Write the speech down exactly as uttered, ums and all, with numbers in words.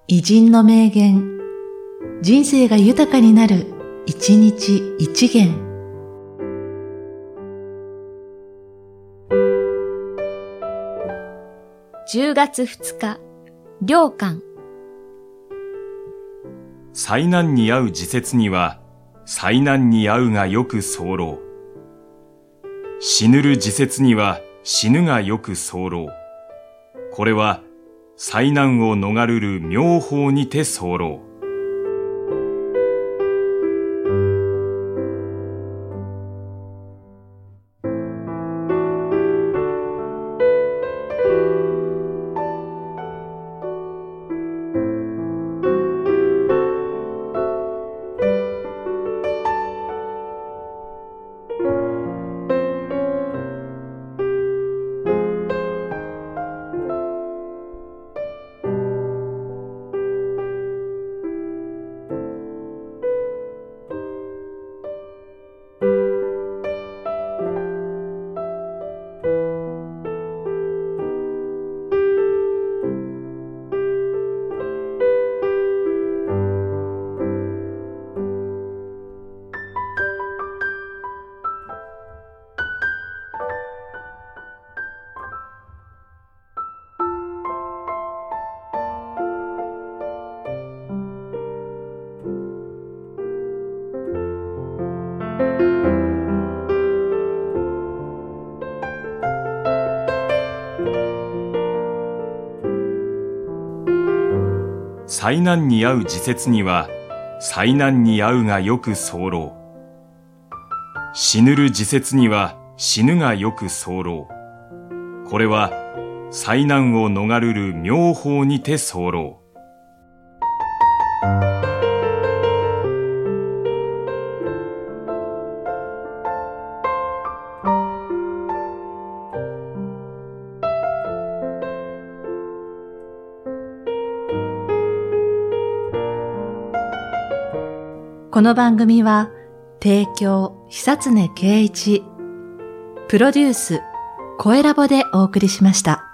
偉人の名言、人生が豊かになる、一日一元。 じゅうがつふつか、良寛。 災難に遭う時節には、災難に遭うがよく候。死ぬる時節には、死ぬがよく候。これは、災難を逃るる妙法にて候。災難に遭う時節には、災難に遭うがよく候。死ぬる時節には、死ぬがよく候。これは、災難を逃るる妙法にて候。 この番組は、提供、久常圭一、プロデュース、声ラボでお送りしました。